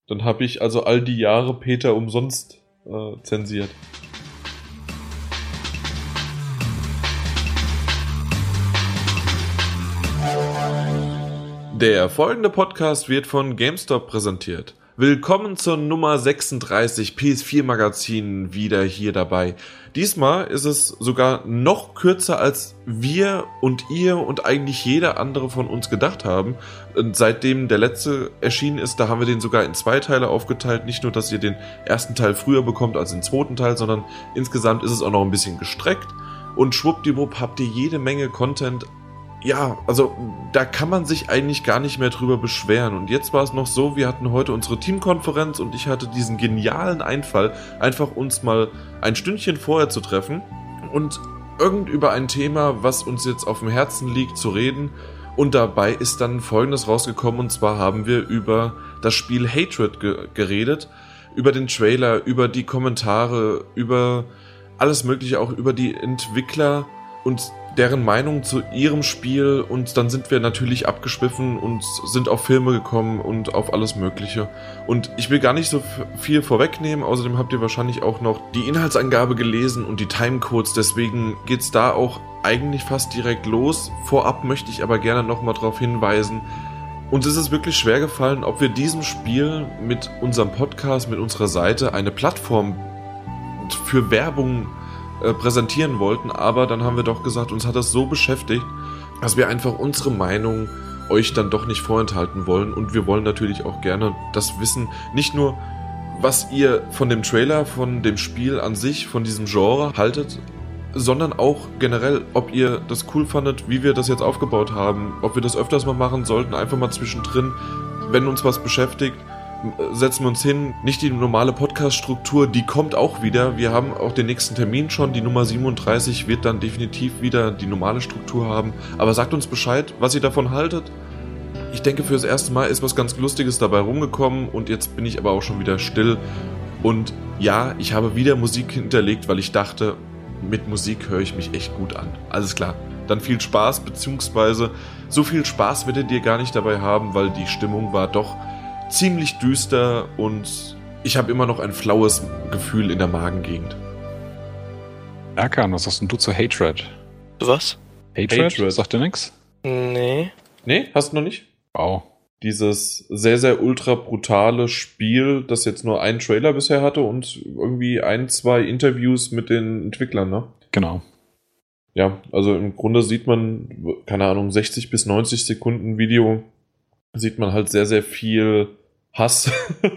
Dann habe ich also all die Jahre Peter umsonst zensiert. Der folgende Podcast wird von GameStop präsentiert. Willkommen zur Nummer 36 PS4 Magazin wieder hier dabei. Diesmal ist es sogar noch kürzer, als wir und ihr und eigentlich jeder andere von uns gedacht haben. Und seitdem der letzte erschienen ist, da haben wir den sogar in 2 Teile aufgeteilt. Nicht nur, dass ihr den ersten Teil früher bekommt als den zweiten Teil, sondern insgesamt ist es auch noch ein bisschen gestreckt. Und schwuppdiwupp habt ihr jede Menge Content. Ja, also da kann man sich eigentlich gar nicht mehr drüber beschweren. Und jetzt war es noch so, wir hatten heute unsere Teamkonferenz und ich hatte diesen genialen Einfall, einfach uns mal ein Stündchen vorher zu treffen und über ein Thema, was uns jetzt auf dem Herzen liegt, zu reden. Und dabei ist dann Folgendes rausgekommen, und zwar haben wir über das Spiel Hatred geredet, über den Trailer, über die Kommentare, über alles Mögliche, auch über die Entwickler und deren Meinung zu ihrem Spiel, und dann sind wir natürlich abgeschwiffen und sind auf Filme gekommen und auf alles Mögliche. Und ich will gar nicht so viel vorwegnehmen, außerdem habt ihr wahrscheinlich auch noch die Inhaltsangabe gelesen und die Timecodes, deswegen geht's da auch eigentlich fast direkt los. Vorab möchte ich aber gerne nochmal darauf hinweisen, uns ist es wirklich schwer gefallen, ob wir diesem Spiel mit unserem Podcast, mit unserer Seite eine Plattform für Werbung präsentieren wollten, aber dann haben wir doch gesagt, uns hat das so beschäftigt, dass wir einfach unsere Meinung euch dann doch nicht vorenthalten wollen, und wir wollen natürlich auch gerne das wissen, nicht nur, was ihr von dem Trailer, von dem Spiel an sich, von diesem Genre haltet, sondern auch generell, ob ihr das cool fandet, wie wir das jetzt aufgebaut haben, ob wir das öfters mal machen sollten, einfach mal zwischendrin, wenn uns was beschäftigt, setzen wir uns hin. Nicht die normale Podcast-Struktur, die kommt auch wieder. Wir haben auch den nächsten Termin schon. Die Nummer 37 wird dann definitiv wieder die normale Struktur haben. Aber sagt uns Bescheid, was ihr davon haltet. Ich denke, für das erste Mal ist was ganz Lustiges dabei rumgekommen, und jetzt bin ich aber auch schon wieder still. Und ja, ich habe wieder Musik hinterlegt, weil ich dachte, mit Musik höre ich mich echt gut an. Alles klar. Dann viel Spaß, beziehungsweise so viel Spaß werdet ihr gar nicht dabei haben, weil die Stimmung war doch ziemlich düster und ich habe immer noch ein flaues Gefühl in der Magengegend. Erkan, was sagst denn du zu Hatred? Was? Hatred? Sagt dir nix? Nee. Nee, hast du noch nicht? Wow. Dieses sehr, sehr ultra brutale Spiel, das jetzt nur einen Trailer bisher hatte und irgendwie 1-2 Interviews mit den Entwicklern, ne? Genau. Ja, also im Grunde sieht man, keine Ahnung, 60 bis 90 Sekunden Video, sieht man halt sehr, sehr viel Hass.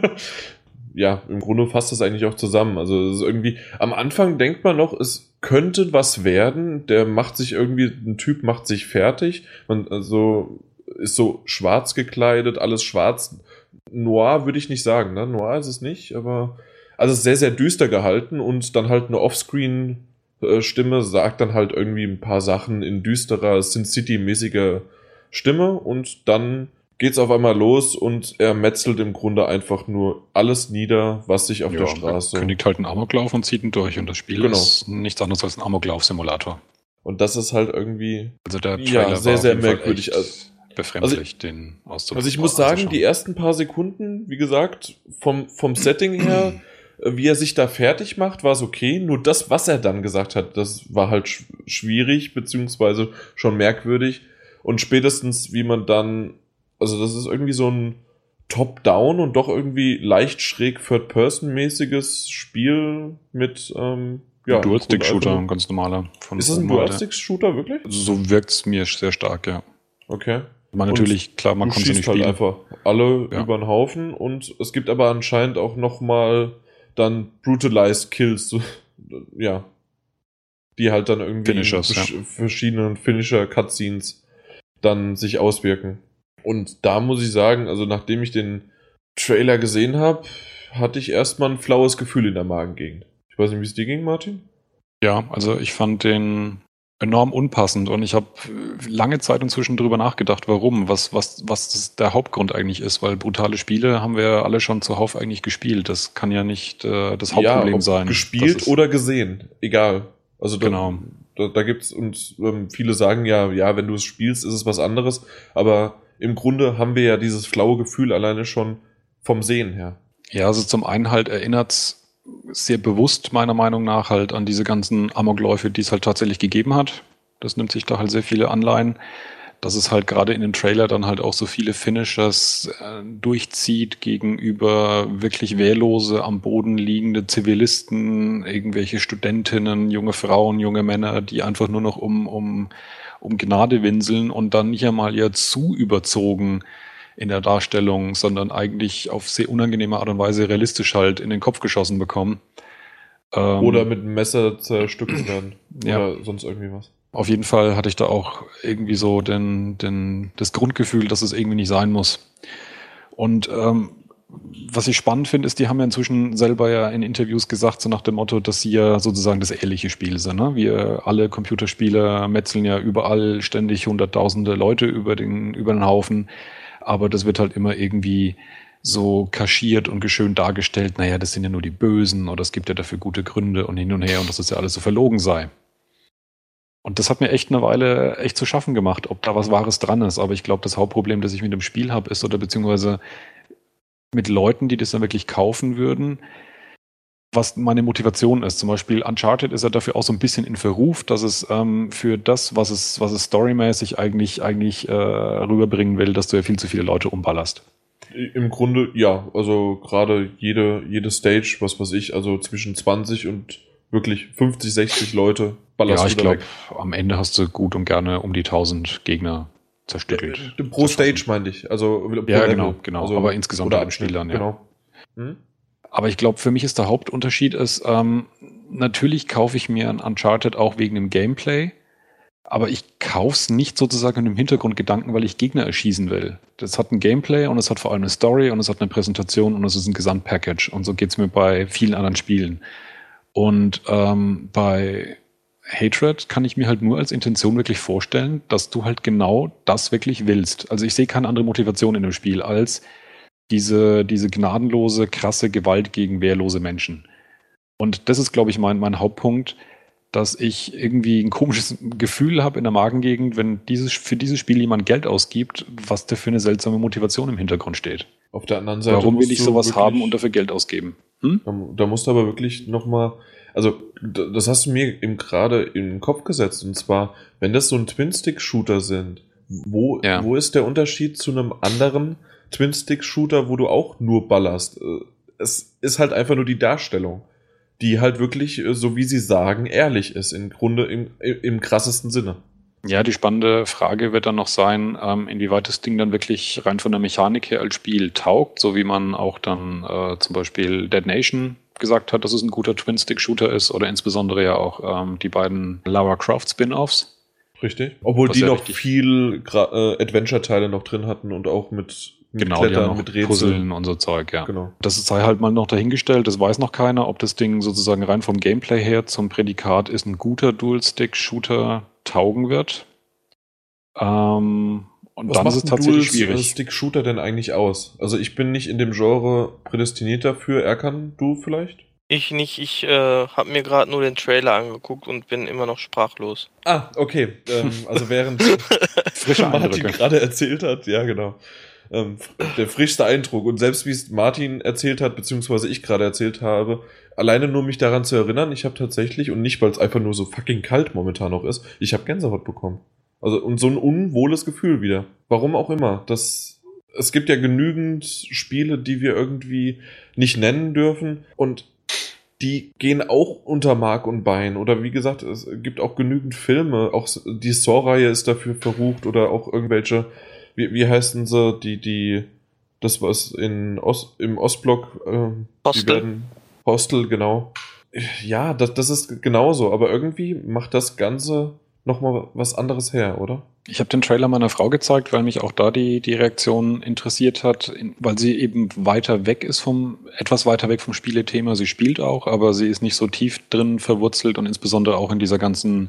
Ja, im Grunde fasst das eigentlich auch zusammen. Also es ist irgendwie, am Anfang denkt man noch, es könnte was werden. Ein Typ macht sich fertig. Man also ist so schwarz gekleidet, alles schwarz. Noir würde ich nicht sagen, ne? Noir ist es nicht, aber also sehr, sehr düster gehalten, und dann halt eine Offscreen-Stimme sagt dann halt irgendwie ein paar Sachen in düsterer Sin City-mäßiger Stimme, und dann geht's auf einmal los und er metzelt im Grunde einfach nur alles nieder, was sich auf der Straße... Er kündigt halt einen Amoklauf und zieht ihn durch, und das Spiel ist nichts anderes als ein Amoklauf-Simulator. Und das ist halt irgendwie... Also der Trailer sehr, war sehr merkwürdig. Befremdlich, den auszuschauen. Also ich muss sagen, die ersten paar Sekunden, wie gesagt, vom Setting her, wie er sich da fertig macht, war es okay. Nur das, was er dann gesagt hat, das war halt schwierig, beziehungsweise schon merkwürdig. Und spätestens, wie man dann... Also das ist irgendwie so ein Top-Down und doch irgendwie leicht schräg Third-Person-mäßiges Spiel mit, Dual-Stick-Shooter, ein ganz normaler. Ist das ein Dual-Stick-Shooter, wirklich? So wirkt es mir sehr stark, ja. Okay. Man natürlich, klar, man konnte nicht halt spielen. Einfach alle über den Haufen, und es gibt aber anscheinend auch nochmal dann Brutalized Kills, ja, die halt dann irgendwie in verschiedenen Finisher-Cutscenes dann sich auswirken. Und da muss ich sagen, also nachdem ich den Trailer gesehen habe, hatte ich erstmal ein flaues Gefühl in der Magengegend. Ich weiß nicht, wie es dir ging, Martin? Ja, also ich fand den enorm unpassend, und ich habe lange Zeit inzwischen drüber nachgedacht, warum, was das der Hauptgrund eigentlich ist, weil brutale Spiele haben wir alle schon zuhauf eigentlich gespielt. Das kann ja nicht das Hauptproblem sein. Gespielt oder gesehen, egal. Also genau. Da gibt's, und viele sagen ja, wenn du es spielst, ist es was anderes, aber im Grunde haben wir ja dieses flaue Gefühl alleine schon vom Sehen her. Ja, also zum einen halt erinnert's sehr bewusst meiner Meinung nach halt an diese ganzen Amokläufe, die es halt tatsächlich gegeben hat. Das nimmt sich da halt sehr viele Anleihen. Dass es halt gerade in dem Trailer dann halt auch so viele Finishers durchzieht gegenüber wirklich wehrlose, am Boden liegende Zivilisten, irgendwelche Studentinnen, junge Frauen, junge Männer, die einfach nur noch um Gnade winseln und dann nicht einmal ja zu überzogen in der Darstellung, sondern eigentlich auf sehr unangenehme Art und Weise realistisch halt in den Kopf geschossen bekommen. Oder mit einem Messer zerstückelt werden. Ja. Oder sonst irgendwie was. Auf jeden Fall hatte ich da auch irgendwie so das Grundgefühl, dass es irgendwie nicht sein muss. Und was ich spannend finde, ist, die haben ja inzwischen selber ja in Interviews gesagt, so nach dem Motto, dass sie ja sozusagen das ehrliche Spiel sind. Ne? Wir alle Computerspieler metzeln ja überall ständig hunderttausende Leute über den Haufen. Aber das wird halt immer irgendwie so kaschiert und geschönt dargestellt. Naja, das sind ja nur die Bösen oder es gibt ja dafür gute Gründe und hin und her und dass das ja alles so verlogen sei. Und das hat mir echt eine Weile echt zu schaffen gemacht, ob da was Wahres dran ist. Aber ich glaube, das Hauptproblem, das ich mit dem Spiel habe, ist oder beziehungsweise mit Leuten, die das dann wirklich kaufen würden, was meine Motivation ist. Zum Beispiel Uncharted ist ja dafür auch so ein bisschen in Verruf, dass es für das, was es storymäßig eigentlich rüberbringen will, dass du ja viel zu viele Leute umballerst. Im Grunde, ja. Also gerade jede Stage, was weiß ich, also zwischen 20 und wirklich 50, 60 Leute ballerst du ich glaube, am Ende hast du gut und gerne um die 1000 Gegner zerstückelt. Pro Stage meinte ich. Also pro ja, Level. genau. Also, aber insgesamt oder bei den Spielern, ja. Genau. Hm? Aber ich glaube, für mich ist der Hauptunterschied ist, natürlich kaufe ich mir ein Uncharted auch wegen dem Gameplay, aber ich kaufe es nicht sozusagen im Hintergrundgedanken, weil ich Gegner erschießen will. Das hat ein Gameplay und es hat vor allem eine Story und es hat eine Präsentation und es ist ein Gesamtpackage. Und so geht's mir bei vielen anderen Spielen. Und bei Hatred kann ich mir halt nur als Intention wirklich vorstellen, dass du halt genau das wirklich willst. Also ich sehe keine andere Motivation in dem Spiel als diese gnadenlose, krasse Gewalt gegen wehrlose Menschen. Und das ist, glaube ich, mein Hauptpunkt, dass ich irgendwie ein komisches Gefühl habe in der Magengegend, wenn für dieses Spiel jemand Geld ausgibt, was da für eine seltsame Motivation im Hintergrund steht. Auf der anderen Seite warum will ich sowas haben und dafür Geld ausgeben? Da musst du aber wirklich nochmal, also das hast du mir eben gerade in den Kopf gesetzt, und zwar, wenn das so ein Twin-Stick-Shooter sind, wo ist der Unterschied zu einem anderen Twin-Stick-Shooter, wo du auch nur ballerst? Es ist halt einfach nur die Darstellung, die halt wirklich, so wie sie sagen, ehrlich ist, im Grunde im krassesten Sinne. Ja, die spannende Frage wird dann noch sein, inwieweit das Ding dann wirklich rein von der Mechanik her als Spiel taugt, so wie man auch dann zum Beispiel Dead Nation gesagt hat, dass es ein guter Twin-Stick-Shooter ist, oder insbesondere ja auch die beiden Lara Croft Spin-Offs. Richtig. Obwohl die noch viel Adventure-Teile noch drin hatten und auch mit Klettern, mit Rätseln. Puzzeln und so Zeug, ja. Genau. Das sei halt mal noch dahingestellt, das weiß noch keiner, ob das Ding sozusagen rein vom Gameplay her zum Prädikat ist ein guter Dual-Stick-Shooter taugen wird. Und was dann ist es tatsächlich schwierig. Was macht ein Dual-Stick-Shooter denn eigentlich aus? Also ich bin nicht in dem Genre prädestiniert dafür. Erkan, du vielleicht? Ich nicht. Ich habe mir gerade nur den Trailer angeguckt und bin immer noch sprachlos. Ah, okay. Also während Martin gerade erzählt hat, ja genau. Der frischste Eindruck. Und selbst wie es Martin erzählt hat, beziehungsweise ich gerade erzählt habe, alleine nur mich daran zu erinnern, ich habe tatsächlich, und nicht, weil es einfach nur so fucking kalt momentan noch ist, ich habe Gänsehaut bekommen. Also, und so ein unwohles Gefühl wieder. Warum auch immer. Es gibt ja genügend Spiele, die wir irgendwie nicht nennen dürfen, und die gehen auch unter Mark und Bein. Oder wie gesagt, es gibt auch genügend Filme, auch die Saw-Reihe ist dafür verrucht, oder auch irgendwelche, wie heißen sie, das was im Ostblock, Hostel, genau. Ja, das ist genauso, aber irgendwie macht das Ganze nochmal was anderes her, oder? Ich habe den Trailer meiner Frau gezeigt, weil mich auch da die Reaktion interessiert hat, weil sie eben etwas weiter weg vom Spielethema. Sie spielt auch, aber sie ist nicht so tief drin verwurzelt und insbesondere auch in dieser ganzen,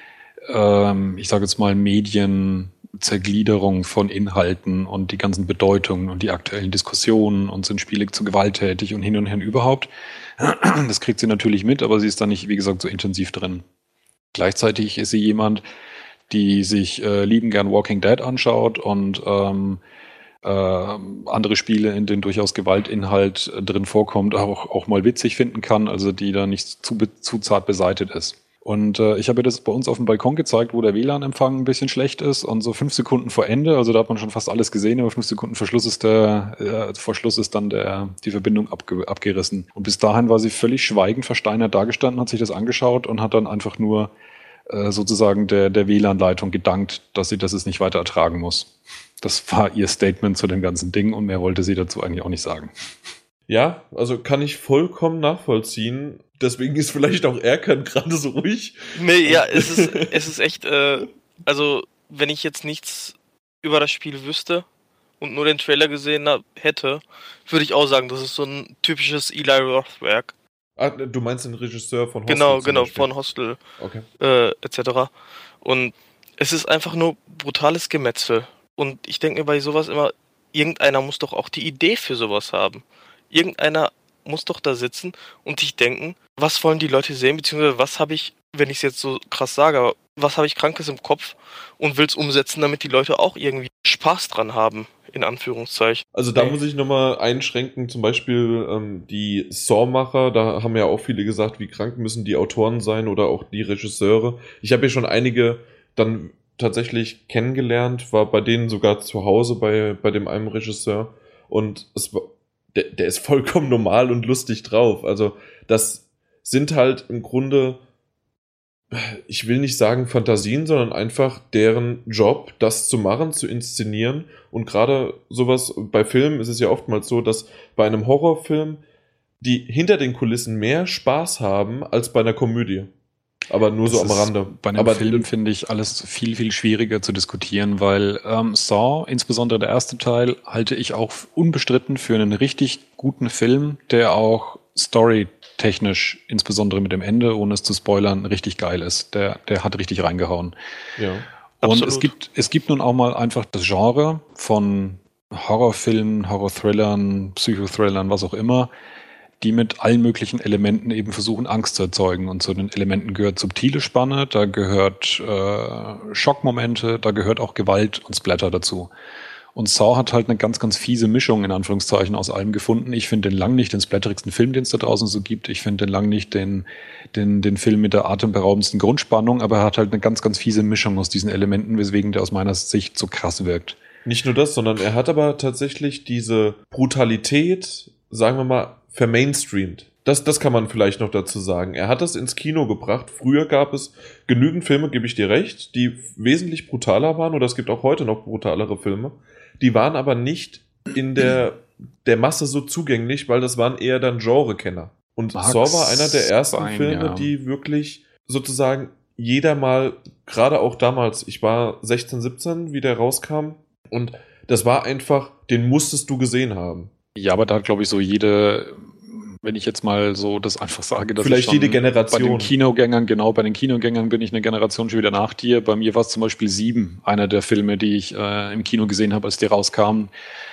ich sage jetzt mal, Medienzergliederung von Inhalten und die ganzen Bedeutungen und die aktuellen Diskussionen, und sind Spiele zu gewalttätig und hin und her überhaupt. Das kriegt sie natürlich mit, aber sie ist da nicht, wie gesagt, so intensiv drin. Gleichzeitig ist sie jemand, die sich lieben gern Walking Dead anschaut und andere Spiele, in denen durchaus Gewaltinhalt drin vorkommt, auch mal witzig finden kann, also die da nicht zu zart beseitet ist. Und ich habe das bei uns auf dem Balkon gezeigt, wo der WLAN-Empfang ein bisschen schlecht ist und so 5 Sekunden vor Ende, also da hat man schon fast alles gesehen, aber 5 Sekunden vor Schluss ist dann die Verbindung abgerissen. Und bis dahin war sie völlig schweigend versteinert dagestanden, hat sich das angeschaut und hat dann einfach nur sozusagen der WLAN-Leitung gedankt, dass es nicht weiter ertragen muss. Das war ihr Statement zu dem ganzen Ding und mehr wollte sie dazu eigentlich auch nicht sagen. Ja, also kann ich vollkommen nachvollziehen. Deswegen ist vielleicht auch Erkan gerade so ruhig. Nee, ja, es ist echt, also wenn ich jetzt nichts über das Spiel wüsste und nur den Trailer gesehen hätte, würde ich auch sagen, das ist so ein typisches Eli Roth-Werk. Ah, du meinst den Regisseur von Hostel? Genau, von Hostel, okay. etc. Und es ist einfach nur brutales Gemetzel. Und ich denke mir bei sowas immer, irgendeiner muss doch auch die Idee für sowas haben. Irgendeiner muss doch da sitzen und sich denken, was wollen die Leute sehen, beziehungsweise was habe ich, wenn ich es jetzt so krass sage, aber was habe ich Krankes im Kopf und will es umsetzen, damit die Leute auch irgendwie Spaß dran haben, in Anführungszeichen. Also da muss ich nochmal einschränken, zum Beispiel die Saw-Macher, da haben ja auch viele gesagt, wie krank müssen die Autoren sein oder auch die Regisseure. Ich habe ja schon einige dann tatsächlich kennengelernt, war bei denen sogar zu Hause bei dem einen Regisseur und der ist vollkommen normal und lustig drauf. Also das sind halt im Grunde, ich will nicht sagen Fantasien, sondern einfach deren Job, das zu machen, zu inszenieren. Und gerade sowas, bei Filmen ist es ja oftmals so, dass bei einem Horrorfilm die hinter den Kulissen mehr Spaß haben als bei einer Komödie. Aber nur so am Rande. Bei einem Film finde ich alles viel, viel schwieriger zu diskutieren, weil Saw, insbesondere der erste Teil, halte ich auch unbestritten für einen richtig guten Film, der auch storytechnisch, insbesondere mit dem Ende, ohne es zu spoilern, richtig geil ist. Der hat richtig reingehauen. Ja. Und Absolut. es gibt nun auch mal einfach das Genre von Horrorfilmen, Horror-Thrillern, Psychothrillern, was auch immer, die mit allen möglichen Elementen eben versuchen, Angst zu erzeugen. Und zu den Elementen gehört subtile Spanne, da gehört Schockmomente, da gehört auch Gewalt und Splatter dazu. Und Saw hat halt eine ganz, ganz fiese Mischung, in Anführungszeichen, aus allem gefunden. Ich finde den lang nicht den splatterigsten Film, den es da draußen so gibt. Ich finde den lang nicht den Film mit der atemberaubendsten Grundspannung, aber er hat halt eine ganz, ganz fiese Mischung aus diesen Elementen, weswegen der aus meiner Sicht so krass wirkt. Nicht nur das, sondern er hat aber tatsächlich diese Brutalität, sagen wir mal, vermainstreamt. Das kann man vielleicht noch dazu sagen. Er hat das ins Kino gebracht. Früher gab es genügend Filme, gebe ich dir recht, die wesentlich brutaler waren, oder es gibt auch heute noch brutalere Filme. Die waren aber nicht in der Masse so zugänglich, weil das waren eher dann Genrekenner. Und Saw war einer der ersten Filme, die wirklich sozusagen jeder mal, gerade auch damals, ich war 16, 17, wie der rauskam, und das war einfach, den musstest du gesehen haben. Ja, aber da hat, glaube ich, so wenn ich jetzt mal so das einfach sage, dass vielleicht jede Generation. Bei den Kinogängern bin ich eine Generation schon wieder nach dir. Bei mir war es zum Beispiel 7, einer der Filme, die ich im Kino gesehen habe, als die rauskamen,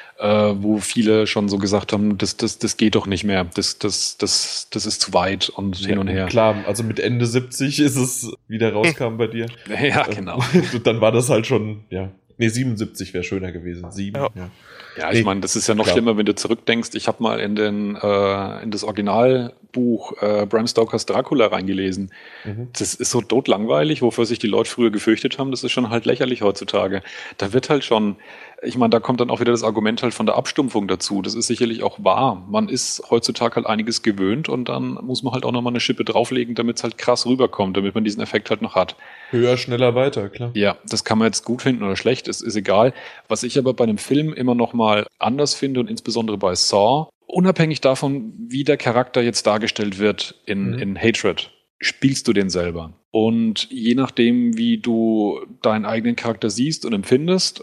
wo viele schon so gesagt haben, das geht doch nicht mehr, das ist zu weit und hin und her. Klar, also mit Ende 70 ist es wieder rauskam bei dir. Ja, genau. Dann war das halt schon, ja. Nee, 77 wäre schöner gewesen. 7, ja. Ja, ich meine, das ist ja noch schlimmer, wenn du zurückdenkst. Ich habe mal in das Originalbuch Bram Stokers Dracula reingelesen. Mhm. Das ist so totlangweilig, wofür sich die Leute früher gefürchtet haben. Das ist schon halt lächerlich heutzutage. Da wird halt schon, ich meine, da kommt dann auch wieder das Argument halt von der Abstumpfung dazu. Das ist sicherlich auch wahr. Man ist heutzutage halt einiges gewöhnt und dann muss man halt auch nochmal eine Schippe drauflegen, damit es halt krass rüberkommt, damit man diesen Effekt halt noch hat. Höher, schneller, weiter, klar. Ja, das kann man jetzt gut finden oder schlecht, ist egal. Was ich aber bei einem Film immer noch mal anders finde und insbesondere bei Saw, unabhängig davon, wie der Charakter jetzt dargestellt wird in Hatred, spielst du den selber. Und je nachdem, wie du deinen eigenen Charakter siehst und empfindest,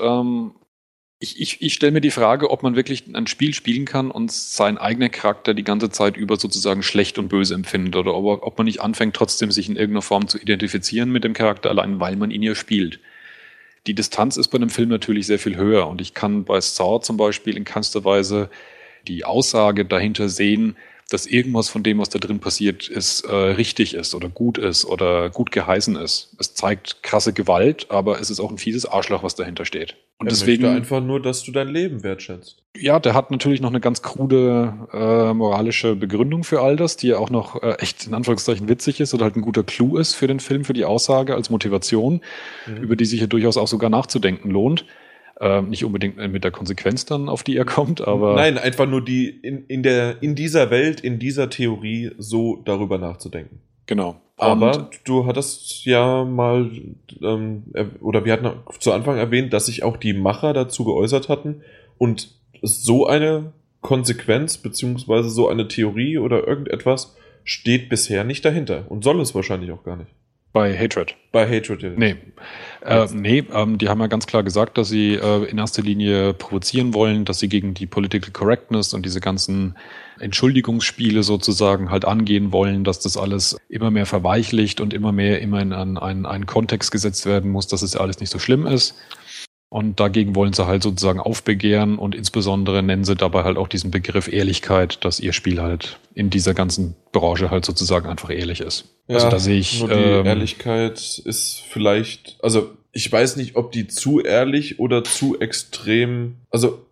ich stelle mir die Frage, ob man wirklich ein Spiel spielen kann und seinen eigenen Charakter die ganze Zeit über sozusagen schlecht und böse empfindet oder ob man nicht anfängt, trotzdem sich in irgendeiner Form zu identifizieren mit dem Charakter, allein weil man ihn ja spielt. Die Distanz ist bei einem Film natürlich sehr viel höher und ich kann bei Saw zum Beispiel in keinster Weise die Aussage dahinter sehen, dass irgendwas von dem, was da drin passiert, richtig ist oder gut geheißen ist. Es zeigt krasse Gewalt, aber es ist auch ein fieses Arschloch, was dahinter steht. Und er deswegen möchte einfach nur, dass du dein Leben wertschätzt. Ja, der hat natürlich noch eine ganz krude moralische Begründung für all das, die ja auch noch echt in Anführungszeichen witzig ist oder halt ein guter Clou ist für den Film, für die Aussage als Motivation, über die sich ja durchaus auch sogar nachzudenken lohnt. Nicht unbedingt mit der Konsequenz dann, auf die er kommt, aber... Nein, einfach nur in dieser Welt, in dieser Theorie so darüber nachzudenken. Genau. Aber du hattest ja mal, oder wir hatten zu Anfang erwähnt, dass sich auch die Macher dazu geäußert hatten und so eine Konsequenz beziehungsweise so eine Theorie oder irgendetwas steht bisher nicht dahinter und soll es wahrscheinlich auch gar nicht. Bei Hatred. Bei Hatred, ja. Nee. Die haben ja ganz klar gesagt, dass sie in erster Linie provozieren wollen, dass sie gegen die Political Correctness und diese ganzen Entschuldigungsspiele sozusagen halt angehen wollen, dass das alles immer mehr verweichlicht und immer in einen Kontext gesetzt werden muss, dass es ja alles nicht so schlimm ist. Und dagegen wollen sie halt sozusagen aufbegehren und insbesondere nennen sie dabei halt auch diesen Begriff Ehrlichkeit, dass ihr Spiel halt in dieser ganzen Branche halt sozusagen einfach ehrlich ist. Ja, also da sehe ich... Nur die Ehrlichkeit ist vielleicht, also ich weiß nicht, ob die zu ehrlich oder zu extrem, also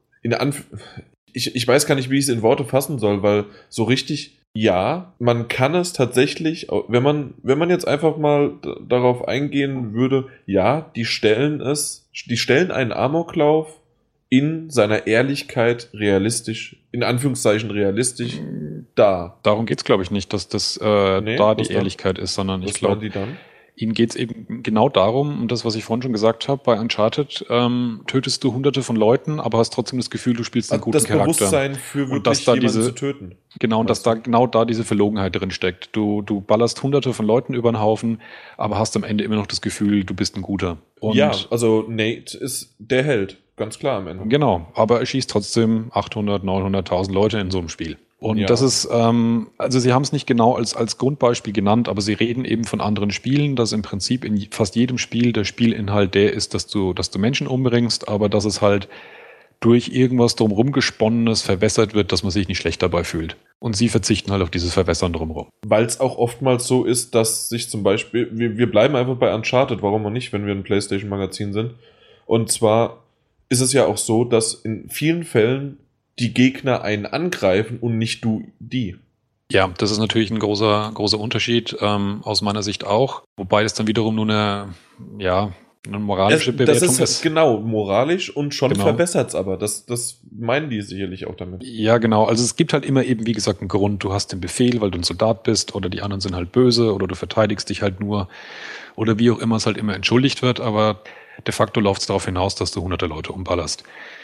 ich weiß gar nicht, wie ich es in Worte fassen soll, weil so richtig... Ja, man kann es tatsächlich, wenn man jetzt einfach mal darauf eingehen würde, ja, die stellen einen Amoklauf in seiner Ehrlichkeit realistisch, in Anführungszeichen realistisch, dar. Darum geht's, glaube ich, nicht, dass das da die Ehrlichkeit ist, sondern ich glaube, ihnen geht's eben genau darum, und das, was ich vorhin schon gesagt habe, bei Uncharted tötest du hunderte von Leuten, aber hast trotzdem das Gefühl, du spielst einen guten Charakter. Das Bewusstsein für wirklich jemanden zu töten. Genau, und dass da genau da diese Verlogenheit drin steckt. Du ballerst hunderte von Leuten über den Haufen, aber hast am Ende immer noch das Gefühl, du bist ein Guter. Und ja, also Nate ist der Held, ganz klar am Ende. Genau, aber er schießt trotzdem 800, 900.000 Leute in so einem Spiel. Und das ist, also sie haben es nicht genau als Grundbeispiel genannt, aber sie reden eben von anderen Spielen, dass im Prinzip in fast jedem Spiel der Spielinhalt der ist, dass du Menschen umbringst, aber dass es halt durch irgendwas drumherum Gesponnenes verwässert wird, dass man sich nicht schlecht dabei fühlt. Und sie verzichten halt auf dieses Verwässern drumherum. Weil es auch oftmals so ist, dass sich zum Beispiel, wir bleiben einfach bei Uncharted, warum auch nicht, wenn wir ein PlayStation-Magazin sind. Und zwar ist es ja auch so, dass in vielen Fällen die Gegner einen angreifen und nicht du die. Ja, das ist natürlich ein großer Unterschied, aus meiner Sicht auch. Wobei das dann wiederum nur eine moralische Bewertung ist. Das ist genau moralisch und schon verbessert es aber. Das meinen die sicherlich auch damit. Ja, genau. Also es gibt halt immer eben, wie gesagt, einen Grund. Du hast den Befehl, weil du ein Soldat bist oder die anderen sind halt böse oder du verteidigst dich halt nur oder wie auch immer es halt immer entschuldigt wird. Aber de facto läuft es darauf hinaus, dass du hunderte Leute umballerst.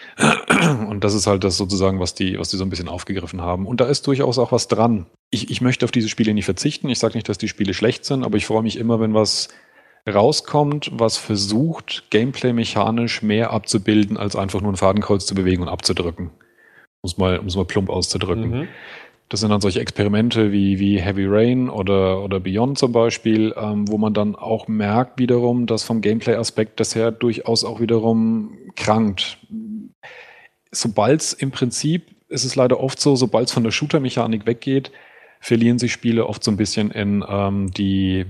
Und das ist halt das sozusagen, was die so ein bisschen aufgegriffen haben. Und da ist durchaus auch was dran. Ich möchte auf diese Spiele nicht verzichten. Ich sage nicht, dass die Spiele schlecht sind, aber ich freue mich immer, wenn was rauskommt, was versucht, gameplay-mechanisch mehr abzubilden, als einfach nur ein Fadenkreuz zu bewegen und abzudrücken. Um es mal plump auszudrücken. Mhm. Das sind dann solche Experimente wie Heavy Rain oder Beyond zum Beispiel, wo man dann auch merkt wiederum, dass vom Gameplay-Aspekt das her durchaus auch wiederum krankt. Sobald es im Prinzip, ist es leider oft so, sobald es von der Shooter-Mechanik weggeht, verlieren sich Spiele oft so ein bisschen in die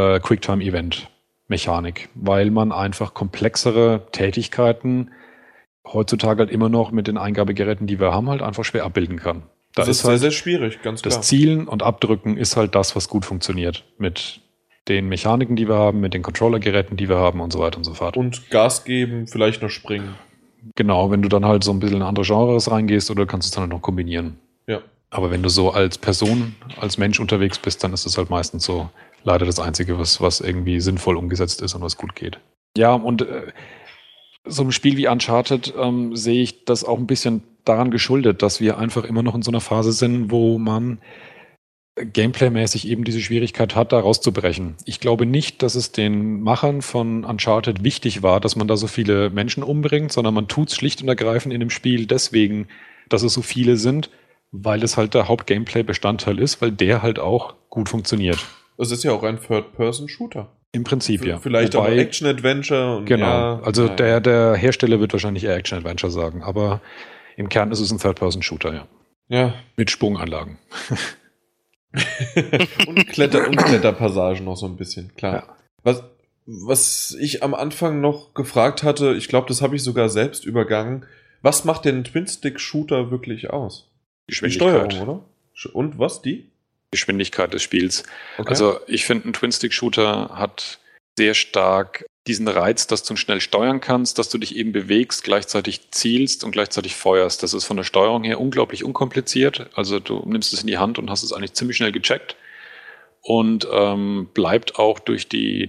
Quicktime-Event-Mechanik, weil man einfach komplexere Tätigkeiten heutzutage halt immer noch mit den Eingabegeräten, die wir haben, halt einfach schwer abbilden kann. Das ist halt sehr schwierig, ganz klar. Das Zielen und Abdrücken ist halt das, was gut funktioniert. Mit den Mechaniken, die wir haben, mit den Controllergeräten, die wir haben und so weiter und so fort. Und Gas geben, vielleicht noch springen. Genau, wenn du dann halt so ein bisschen in andere Genres reingehst oder kannst du es dann halt noch kombinieren. Ja. Aber wenn du so als Person, als Mensch unterwegs bist, dann ist es halt meistens so leider das Einzige, was irgendwie sinnvoll umgesetzt ist und was gut geht. Ja, und so ein Spiel wie Uncharted sehe ich das auch ein bisschen daran geschuldet, dass wir einfach immer noch in so einer Phase sind, wo man gameplaymäßig eben diese Schwierigkeit hat, da rauszubrechen. Ich glaube nicht, dass es den Machern von Uncharted wichtig war, dass man da so viele Menschen umbringt, sondern man tut es schlicht und ergreifend in dem Spiel deswegen, dass es so viele sind, weil es halt der Haupt-Gameplay-Bestandteil ist, weil der halt auch gut funktioniert. Es ist ja auch ein Third-Person-Shooter. Im Prinzip, ja. Vielleicht auch Action-Adventure. Genau, also der Hersteller wird wahrscheinlich eher Action-Adventure sagen, aber im Kern ist es ein Third-Person-Shooter, ja. Ja. Mit Sprunganlagen. Und Kletterpassagen noch so ein bisschen, klar. Ja. Was ich am Anfang noch gefragt hatte, ich glaube, das habe ich sogar selbst übergangen, was macht denn ein Twin-Stick-Shooter wirklich aus? Die Steuerung, oder? Und was, die? Geschwindigkeit des Spiels. Okay. Also ich finde, ein Twin-Stick-Shooter hat sehr stark diesen Reiz, dass du schnell steuern kannst, dass du dich eben bewegst, gleichzeitig zielst und gleichzeitig feuerst. Das ist von der Steuerung her unglaublich unkompliziert. Also du nimmst es in die Hand und hast es eigentlich ziemlich schnell gecheckt. Und bleibt auch durch die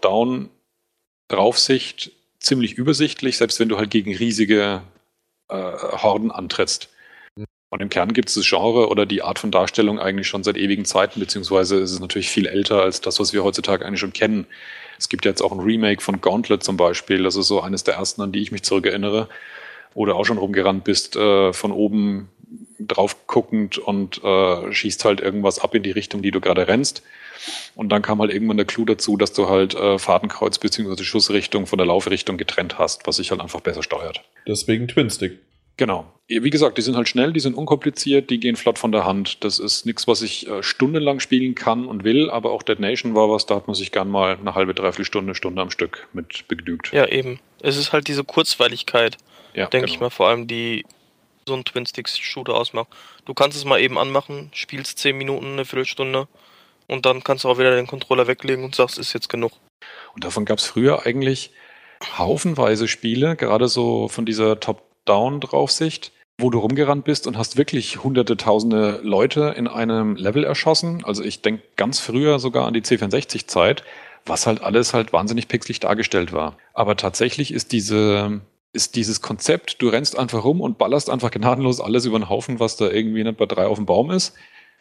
Top-Down-Draufsicht ziemlich übersichtlich, selbst wenn du halt gegen riesige Horden antrittst. Und im Kern gibt es das Genre oder die Art von Darstellung eigentlich schon seit ewigen Zeiten, beziehungsweise ist es natürlich viel älter als das, was wir heutzutage eigentlich schon kennen. Es gibt jetzt auch ein Remake von Gauntlet zum Beispiel, das ist so eines der ersten, an die ich mich zurückerinnere, wo du auch schon rumgerannt bist, von oben drauf guckend und schießt halt irgendwas ab in die Richtung, die du gerade rennst. Und dann kam halt irgendwann der Clou dazu, dass du halt Fadenkreuz bzw. Schussrichtung von der Laufrichtung getrennt hast, was sich halt einfach besser steuert. Deswegen Twin-Stick. Genau. Wie gesagt, die sind halt schnell, die sind unkompliziert, die gehen flott von der Hand. Das ist nichts, was ich stundenlang spielen kann und will, aber auch Dead Nation war was, da hat man sich gern mal eine halbe, dreiviertel Stunde am Stück mit begnügt. Ja, eben. Es ist halt diese Kurzweiligkeit, Ja, denke ich mal, vor allem die so ein Twin-Sticks-Shooter ausmacht. Du kannst es mal eben anmachen, spielst 10 Minuten, eine Viertelstunde und dann kannst du auch wieder den Controller weglegen und sagst, ist jetzt genug. Und davon gab es früher eigentlich haufenweise Spiele, gerade so von dieser Top-Down-Draufsicht, wo du rumgerannt bist und hast wirklich hunderte, tausende Leute in einem Level erschossen. Also ich denke ganz früher sogar an die C64-Zeit, was halt alles halt wahnsinnig pixelig dargestellt war. Aber tatsächlich ist dieses Konzept, du rennst einfach rum und ballerst einfach gnadenlos alles über den Haufen, was da irgendwie nicht bei 3 auf dem Baum ist.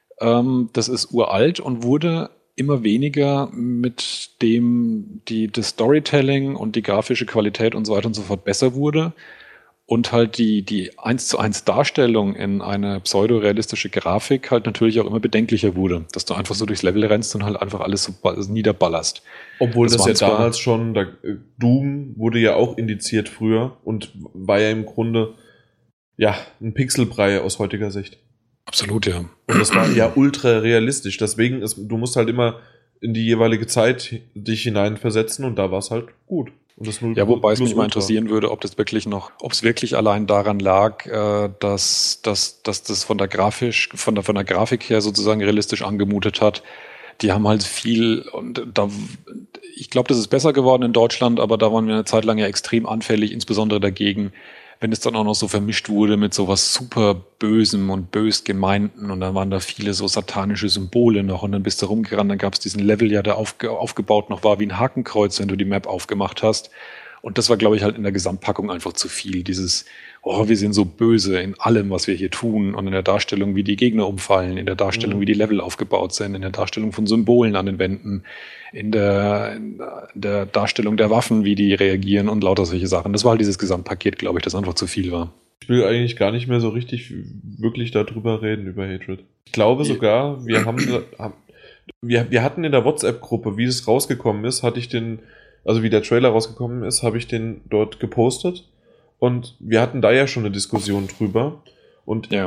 Das ist uralt und wurde immer weniger, mit dem das Storytelling und die grafische Qualität und so weiter und so fort besser wurde und halt die 1:1 Darstellung in eine pseudorealistische Grafik halt natürlich auch immer bedenklicher wurde, dass du einfach so durchs Level rennst und halt einfach alles so niederballerst. Obwohl das ja damals schon, Doom wurde ja auch indiziert früher und war ja im Grunde ja ein Pixelbrei aus heutiger Sicht. Absolut, ja. Und das war ja ultra realistisch. Deswegen du musst halt immer in die jeweilige Zeit dich hineinversetzen und da war es halt gut. Und das ja, wobei es mich mal interessieren würde, ob es wirklich allein daran lag, dass das von der Grafik her sozusagen realistisch angemutet hat. Die haben halt viel und ich glaube, das ist besser geworden in Deutschland, aber da waren wir eine Zeit lang ja extrem anfällig, insbesondere dagegen, wenn es dann auch noch so vermischt wurde mit sowas super Bösem und bös Gemeinten und dann waren da viele so satanische Symbole noch und dann bist du rumgerannt, dann gab es diesen Level ja, der aufgebaut noch war wie ein Hakenkreuz, wenn du die Map aufgemacht hast und das war, glaube ich, halt in der Gesamtpackung einfach zu viel, dieses wir sind so böse in allem, was wir hier tun und in der Darstellung, wie die Gegner umfallen, in der Darstellung, wie die Level aufgebaut sind, in der Darstellung von Symbolen an den Wänden, in der Darstellung der Waffen, wie die reagieren und lauter solche Sachen. Das war halt dieses Gesamtpaket, glaube ich, das einfach zu viel war. Ich will eigentlich gar nicht mehr so richtig wirklich darüber reden, über Hatred. Ich glaube sogar, wir hatten in der WhatsApp-Gruppe, wie es rausgekommen ist, wie der Trailer rausgekommen ist, habe ich den dort gepostet. Und wir hatten da ja schon eine Diskussion drüber. Und ja,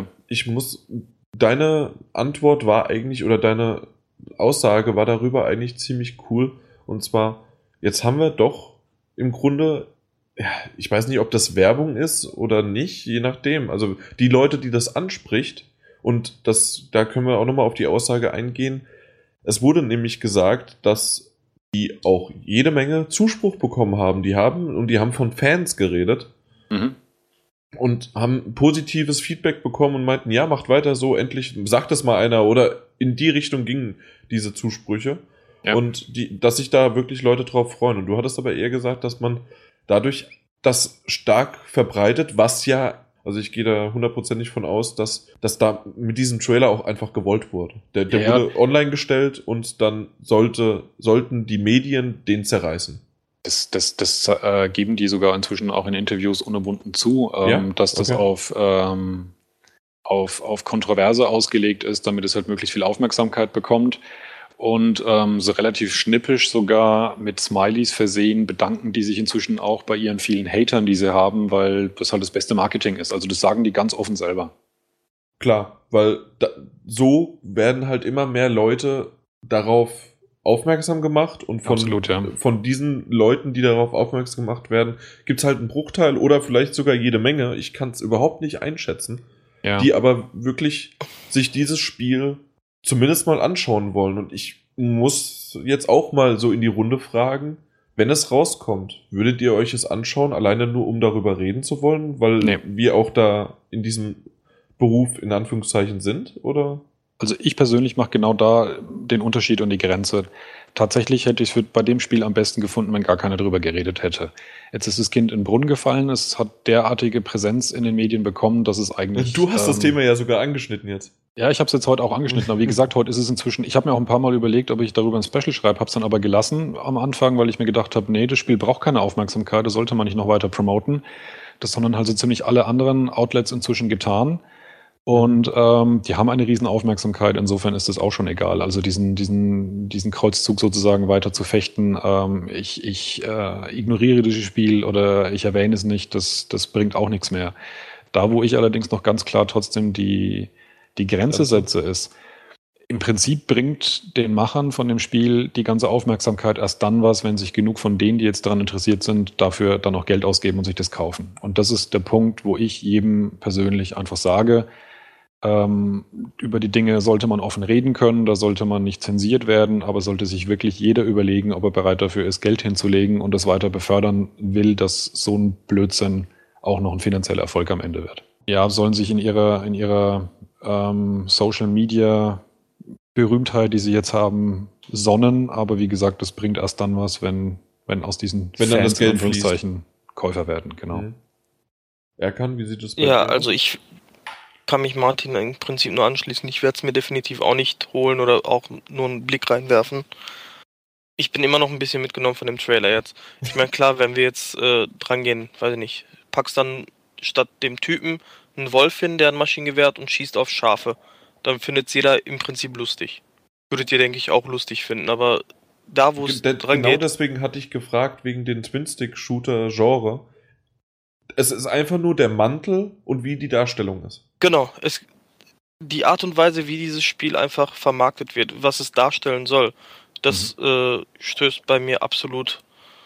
deine Antwort war eigentlich, oder deine Aussage war darüber eigentlich ziemlich cool. Und zwar, jetzt haben wir doch im Grunde, ja, ich weiß nicht, ob das Werbung ist oder nicht, je nachdem. Also die Leute, die das anspricht, und da können wir auch nochmal auf die Aussage eingehen. Es wurde nämlich gesagt, dass die auch jede Menge Zuspruch bekommen haben. Die haben von Fans geredet. Mhm. Und haben positives Feedback bekommen und meinten, ja, macht weiter so, endlich sagt es mal einer, oder in die Richtung gingen diese Zusprüche. Ja. Und dass sich da wirklich Leute drauf freuen. Und du hattest aber eher gesagt, dass man dadurch das stark verbreitet, was ja, also ich gehe da 100% von aus, dass da mit diesem Trailer auch einfach gewollt wurde. Der wurde online gestellt und dann sollten die Medien den zerreißen. Das geben die sogar inzwischen auch in Interviews unumwunden zu, dass das auf Kontroverse ausgelegt ist, damit es halt möglichst viel Aufmerksamkeit bekommt. Und so relativ schnippisch sogar mit Smileys versehen bedanken die sich inzwischen auch bei ihren vielen Hatern, die sie haben, weil das halt das beste Marketing ist. Also das sagen die ganz offen selber. Klar, weil so werden halt immer mehr Leute darauf aufmerksam gemacht und Absolut, ja. von diesen Leuten, die darauf aufmerksam gemacht werden, gibt es halt einen Bruchteil oder vielleicht sogar jede Menge, ich kann es überhaupt nicht einschätzen, Ja. die aber wirklich sich dieses Spiel zumindest mal anschauen wollen. Und ich muss jetzt auch mal so in die Runde fragen, wenn es rauskommt, würdet ihr euch es anschauen, alleine nur um darüber reden zu wollen, weil wir auch da in diesem Beruf in Anführungszeichen sind, oder? Also ich persönlich mache genau da den Unterschied und die Grenze. Tatsächlich hätte ich es bei dem Spiel am besten gefunden, wenn gar keiner drüber geredet hätte. Jetzt ist das Kind in den Brunnen gefallen, es hat derartige Präsenz in den Medien bekommen, dass es eigentlich... Du hast das Thema ja sogar angeschnitten jetzt. Ja, ich habe es jetzt heute auch angeschnitten, aber wie gesagt, heute ist es inzwischen... Ich habe mir auch ein paar Mal überlegt, ob ich darüber ein Special schreibe, habe es dann aber gelassen am Anfang, weil ich mir gedacht habe, nee, das Spiel braucht keine Aufmerksamkeit, das sollte man nicht noch weiter promoten. Das haben dann halt so ziemlich alle anderen Outlets inzwischen getan. Und die haben eine riesen Aufmerksamkeit, insofern ist das auch schon egal. Also diesen Kreuzzug sozusagen weiter zu fechten, ich ignoriere dieses Spiel oder ich erwähne es nicht, das bringt auch nichts mehr. Da, wo ich allerdings noch ganz klar trotzdem die Grenze setze, ist, im Prinzip bringt den Machern von dem Spiel die ganze Aufmerksamkeit erst dann was, wenn sich genug von denen, die jetzt daran interessiert sind, dafür dann auch Geld ausgeben und sich das kaufen. Und das ist der Punkt, wo ich jedem persönlich einfach sage, über die Dinge sollte man offen reden können, da sollte man nicht zensiert werden, aber sollte sich wirklich jeder überlegen, ob er bereit dafür ist, Geld hinzulegen und das weiter befördern will, dass so ein Blödsinn auch noch ein finanzieller Erfolg am Ende wird. Ja, sollen sich in ihrer Social Media Berühmtheit, die sie jetzt haben, sonnen, aber wie gesagt, das bringt erst dann was, wenn aus diesen Fans dann das Geld Anführungszeichen Käufer werden, genau. Erkan, wie sieht das bei Ja, dir also aus? ich kann mich Martin im Prinzip nur anschließen. Ich werde es mir definitiv auch nicht holen oder auch nur einen Blick reinwerfen. Ich bin immer noch ein bisschen mitgenommen von dem Trailer jetzt. Ich meine, klar, wenn wir jetzt dran gehen, weiß ich nicht, packst dann statt dem Typen einen Wolf hin, der ein Maschinengewehr hat und schießt auf Schafe. Dann findet es jeder im Prinzip lustig. Würdet ihr, denke ich, auch lustig finden, aber da, wo es dran Genau geht... deswegen hatte ich gefragt, wegen den Twin-Stick-Shooter-Genre. Es ist einfach nur der Mantel und wie die Darstellung ist. Genau, die Art und Weise, wie dieses Spiel einfach vermarktet wird, was es darstellen soll, das stößt bei mir absolut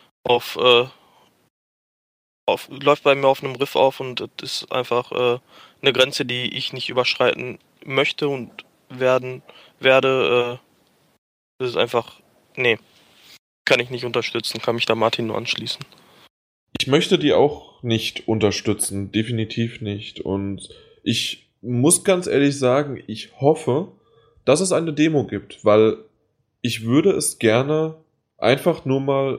läuft bei mir auf einem Riff auf und das ist einfach eine Grenze, die ich nicht überschreiten möchte und werde. Das ist einfach, nee, kann ich nicht unterstützen, kann mich da Martin nur anschließen. Ich möchte die auch nicht unterstützen, definitiv nicht. Und ich muss ganz ehrlich sagen, ich hoffe, dass es eine Demo gibt, weil ich würde es gerne einfach nur mal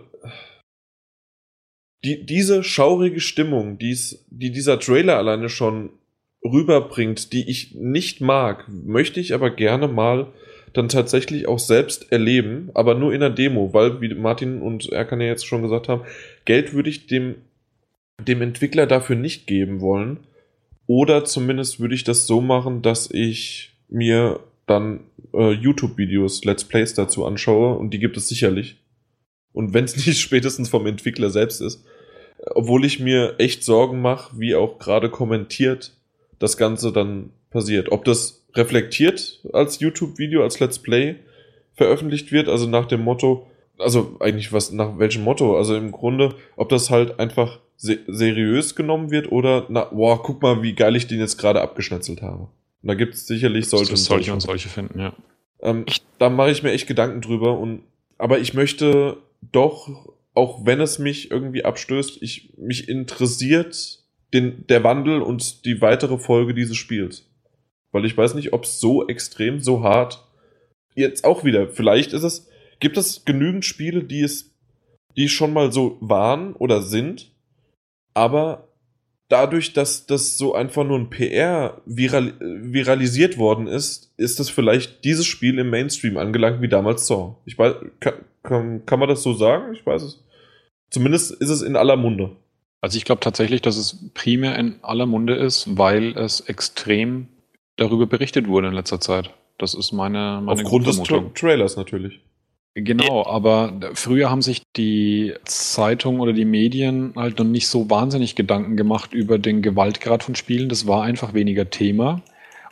diese schaurige Stimmung, die dieser Trailer alleine schon rüberbringt, die ich nicht mag, möchte ich aber gerne mal dann tatsächlich auch selbst erleben, aber nur in der Demo, weil, wie Martin und Erkan ja jetzt schon gesagt haben, Geld würde ich dem Entwickler dafür nicht geben wollen. Oder zumindest würde ich das so machen, dass ich mir dann YouTube-Videos, Let's Plays dazu anschaue und die gibt es sicherlich. Und wenn es nicht spätestens vom Entwickler selbst ist. Obwohl ich mir echt Sorgen mache, wie auch gerade kommentiert das Ganze dann passiert. Ob das reflektiert als YouTube-Video, als Let's Play veröffentlicht wird, also nach dem Motto, also eigentlich nach welchem Motto? Also im Grunde, ob das halt einfach seriös genommen wird oder, guck mal, wie geil ich den jetzt gerade abgeschnetzelt habe. Und da gibt es sicherlich solche und solche finden, ja. Da mache ich mir echt Gedanken drüber. Aber ich möchte doch, auch wenn es mich irgendwie abstößt, mich interessiert der Wandel und die weitere Folge dieses Spiels. Weil ich weiß nicht, ob es so extrem, so hart jetzt auch wieder, gibt es genügend Spiele, die schon mal so waren oder sind, aber dadurch, dass das so einfach nur ein PR viralisiert worden ist das vielleicht dieses Spiel im Mainstream angelangt wie damals Saw. Ich weiß, kann man das so sagen? Ich weiß es. Zumindest ist es in aller Munde. Also ich glaube tatsächlich, dass es primär in aller Munde ist, weil es extrem darüber berichtet wurde in letzter Zeit. Das ist meine Aufgrund des Trailers natürlich. Genau, aber früher haben sich die Zeitungen oder die Medien halt noch nicht so wahnsinnig Gedanken gemacht über den Gewaltgrad von Spielen. Das war einfach weniger Thema.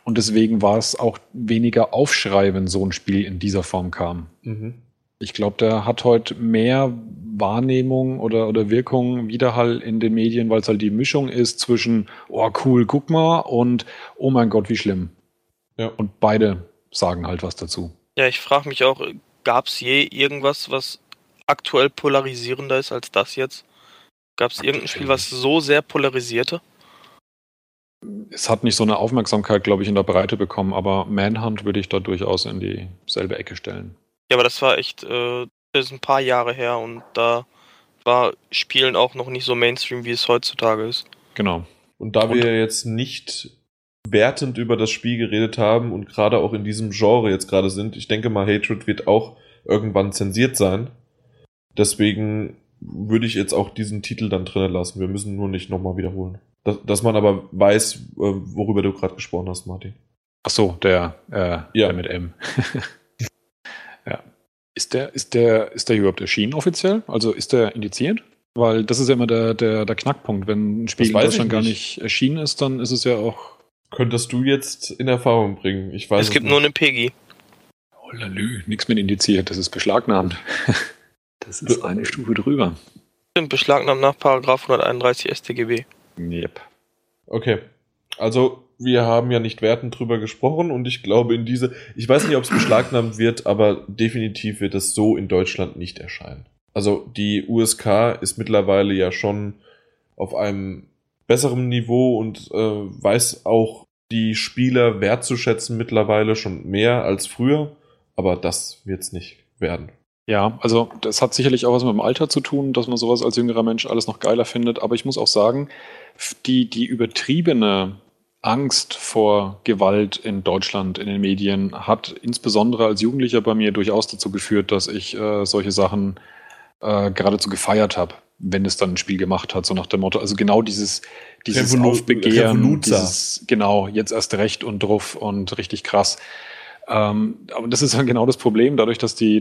Und deswegen war es auch weniger Aufschrei, wenn so ein Spiel in dieser Form kam. Ich glaube, der hat heute mehr Wahrnehmung oder Wirkung, Widerhall in den Medien, weil es halt die Mischung ist zwischen, oh cool, guck mal, und oh mein Gott, wie schlimm. Ja. Und beide sagen halt was dazu. Ja, ich frage mich auch, gab es je irgendwas, was aktuell polarisierender ist als das jetzt? Gab es irgendein Spiel, was so sehr polarisierte? Es hat nicht so eine Aufmerksamkeit, glaube ich, in der Breite bekommen, aber Manhunt würde ich da durchaus in dieselbe Ecke stellen. Ja, aber das war echt, das ist ein paar Jahre her und da war Spielen auch noch nicht so Mainstream, wie es heutzutage ist. Genau. Und da wir jetzt nicht wertend über das Spiel geredet haben und gerade auch in diesem Genre jetzt gerade sind, ich denke mal, Hatred wird auch irgendwann zensiert sein. Deswegen würde ich jetzt auch diesen Titel dann drinnen lassen. Wir müssen nur nicht nochmal wiederholen. Dass man aber weiß, worüber du gerade gesprochen hast, Martin. Ach so, der mit M. Ja. Ist der überhaupt erschienen offiziell? Also ist der indiziert? Weil das ist ja immer der Knackpunkt. Wenn ein Spiel in Deutschland gar nicht erschienen ist, dann ist es ja auch... Könntest du jetzt in Erfahrung bringen? Ich weiß es gibt nur eine PEGI. Oh lalü, nichts mit indiziert, das ist beschlagnahmt. Das ist eine Stufe drüber. Stimmt, beschlagnahmt nach Paragraph 131 StGB. Yep. Okay, also wir haben ja nicht wertend drüber gesprochen und ich glaube ich weiß nicht, ob es beschlagnahmt wird, aber definitiv wird es so in Deutschland nicht erscheinen. Also die USK ist mittlerweile ja schon auf einem besseren Niveau und weiß auch die Spieler wertzuschätzen mittlerweile schon mehr als früher, aber das wird es nicht werden. Ja, also das hat sicherlich auch was mit dem Alter zu tun, dass man sowas als jüngerer Mensch alles noch geiler findet, aber ich muss auch sagen, die übertriebene Angst vor Gewalt in Deutschland in den Medien hat insbesondere als Jugendlicher bei mir durchaus dazu geführt, dass ich solche Sachen geradezu gefeiert habe, wenn es dann ein Spiel gemacht hat, so nach dem Motto, also genau dieses Aufbegehren, genau, jetzt erst recht und drauf und richtig krass. Aber das ist dann genau das Problem, dadurch, dass die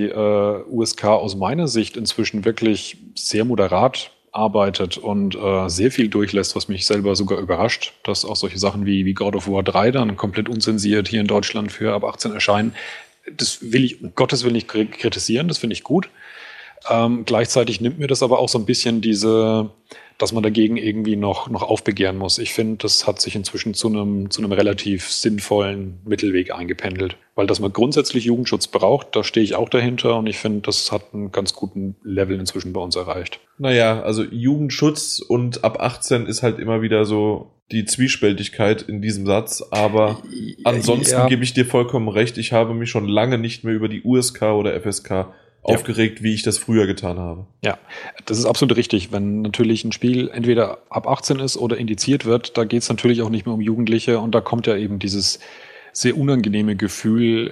USK aus meiner Sicht inzwischen wirklich sehr moderat arbeitet und sehr viel durchlässt, was mich selber sogar überrascht, dass auch solche Sachen wie God of War 3 dann komplett unzensiert hier in Deutschland für ab 18 erscheinen. Das will ich um Gottes Willen nicht kritisieren, das finde ich gut. Gleichzeitig nimmt mir das aber auch so ein bisschen dass man dagegen irgendwie noch aufbegehren muss. Ich finde, das hat sich inzwischen zu einem relativ sinnvollen Mittelweg eingependelt. Weil dass man grundsätzlich Jugendschutz braucht, da stehe ich auch dahinter und ich finde, das hat einen ganz guten Level inzwischen bei uns erreicht. Naja, also Jugendschutz und ab 18 ist halt immer wieder so die Zwiespältigkeit in diesem Satz, aber ansonsten gebe ich dir vollkommen recht, ich habe mich schon lange nicht mehr über die USK oder FSK aufgeregt, wie ich das früher getan habe. Ja, das ist absolut richtig. Wenn natürlich ein Spiel entweder ab 18 ist oder indiziert wird, da geht es natürlich auch nicht mehr um Jugendliche und da kommt ja eben dieses sehr unangenehme Gefühl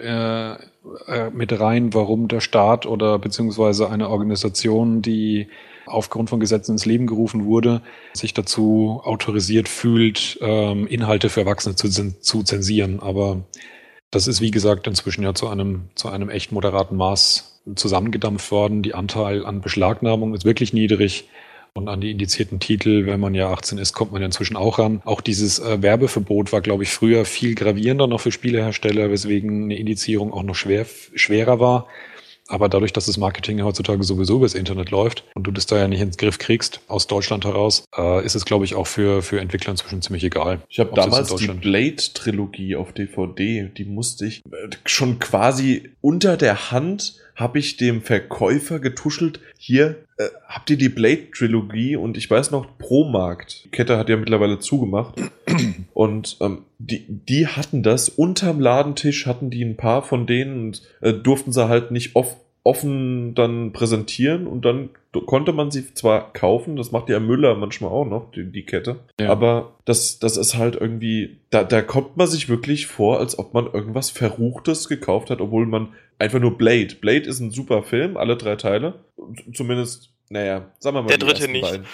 mit rein, warum der Staat oder beziehungsweise eine Organisation, die aufgrund von Gesetzen ins Leben gerufen wurde, sich dazu autorisiert fühlt, Inhalte für Erwachsene zu zensieren. Aber das ist, wie gesagt, inzwischen ja zu einem echt moderaten Maß zusammengedampft worden. Die Anteil an Beschlagnahmung ist wirklich niedrig und an die indizierten Titel, wenn man ja 18 ist, kommt man ja inzwischen auch ran. Auch dieses Werbeverbot war, glaube ich, früher viel gravierender noch für Spielehersteller, weswegen eine Indizierung auch noch schwerer war. Aber dadurch, dass das Marketing heutzutage sowieso übers Internet läuft und du das da ja nicht ins Griff kriegst, aus Deutschland heraus, ist es, glaube ich, auch für Entwickler inzwischen ziemlich egal. Ich habe damals die Blade-Trilogie auf DVD, die musste ich schon quasi unter der Hand, habe ich dem Verkäufer getuschelt, hier, habt ihr die Blade-Trilogie? Und ich weiß noch, Promarkt, die Kette hat ja mittlerweile zugemacht, und die hatten das, unterm Ladentisch hatten die ein paar von denen und durften sie halt nicht offen dann präsentieren und dann konnte man sie zwar kaufen, das macht ja Müller manchmal auch noch, die Kette, ja. Aber das ist halt irgendwie, da kommt man sich wirklich vor, als ob man irgendwas Verruchtes gekauft hat, obwohl man einfach nur Blade ist ein super Film, alle 3 Teile, zumindest, naja, sagen wir mal der dritte nicht. Beiden.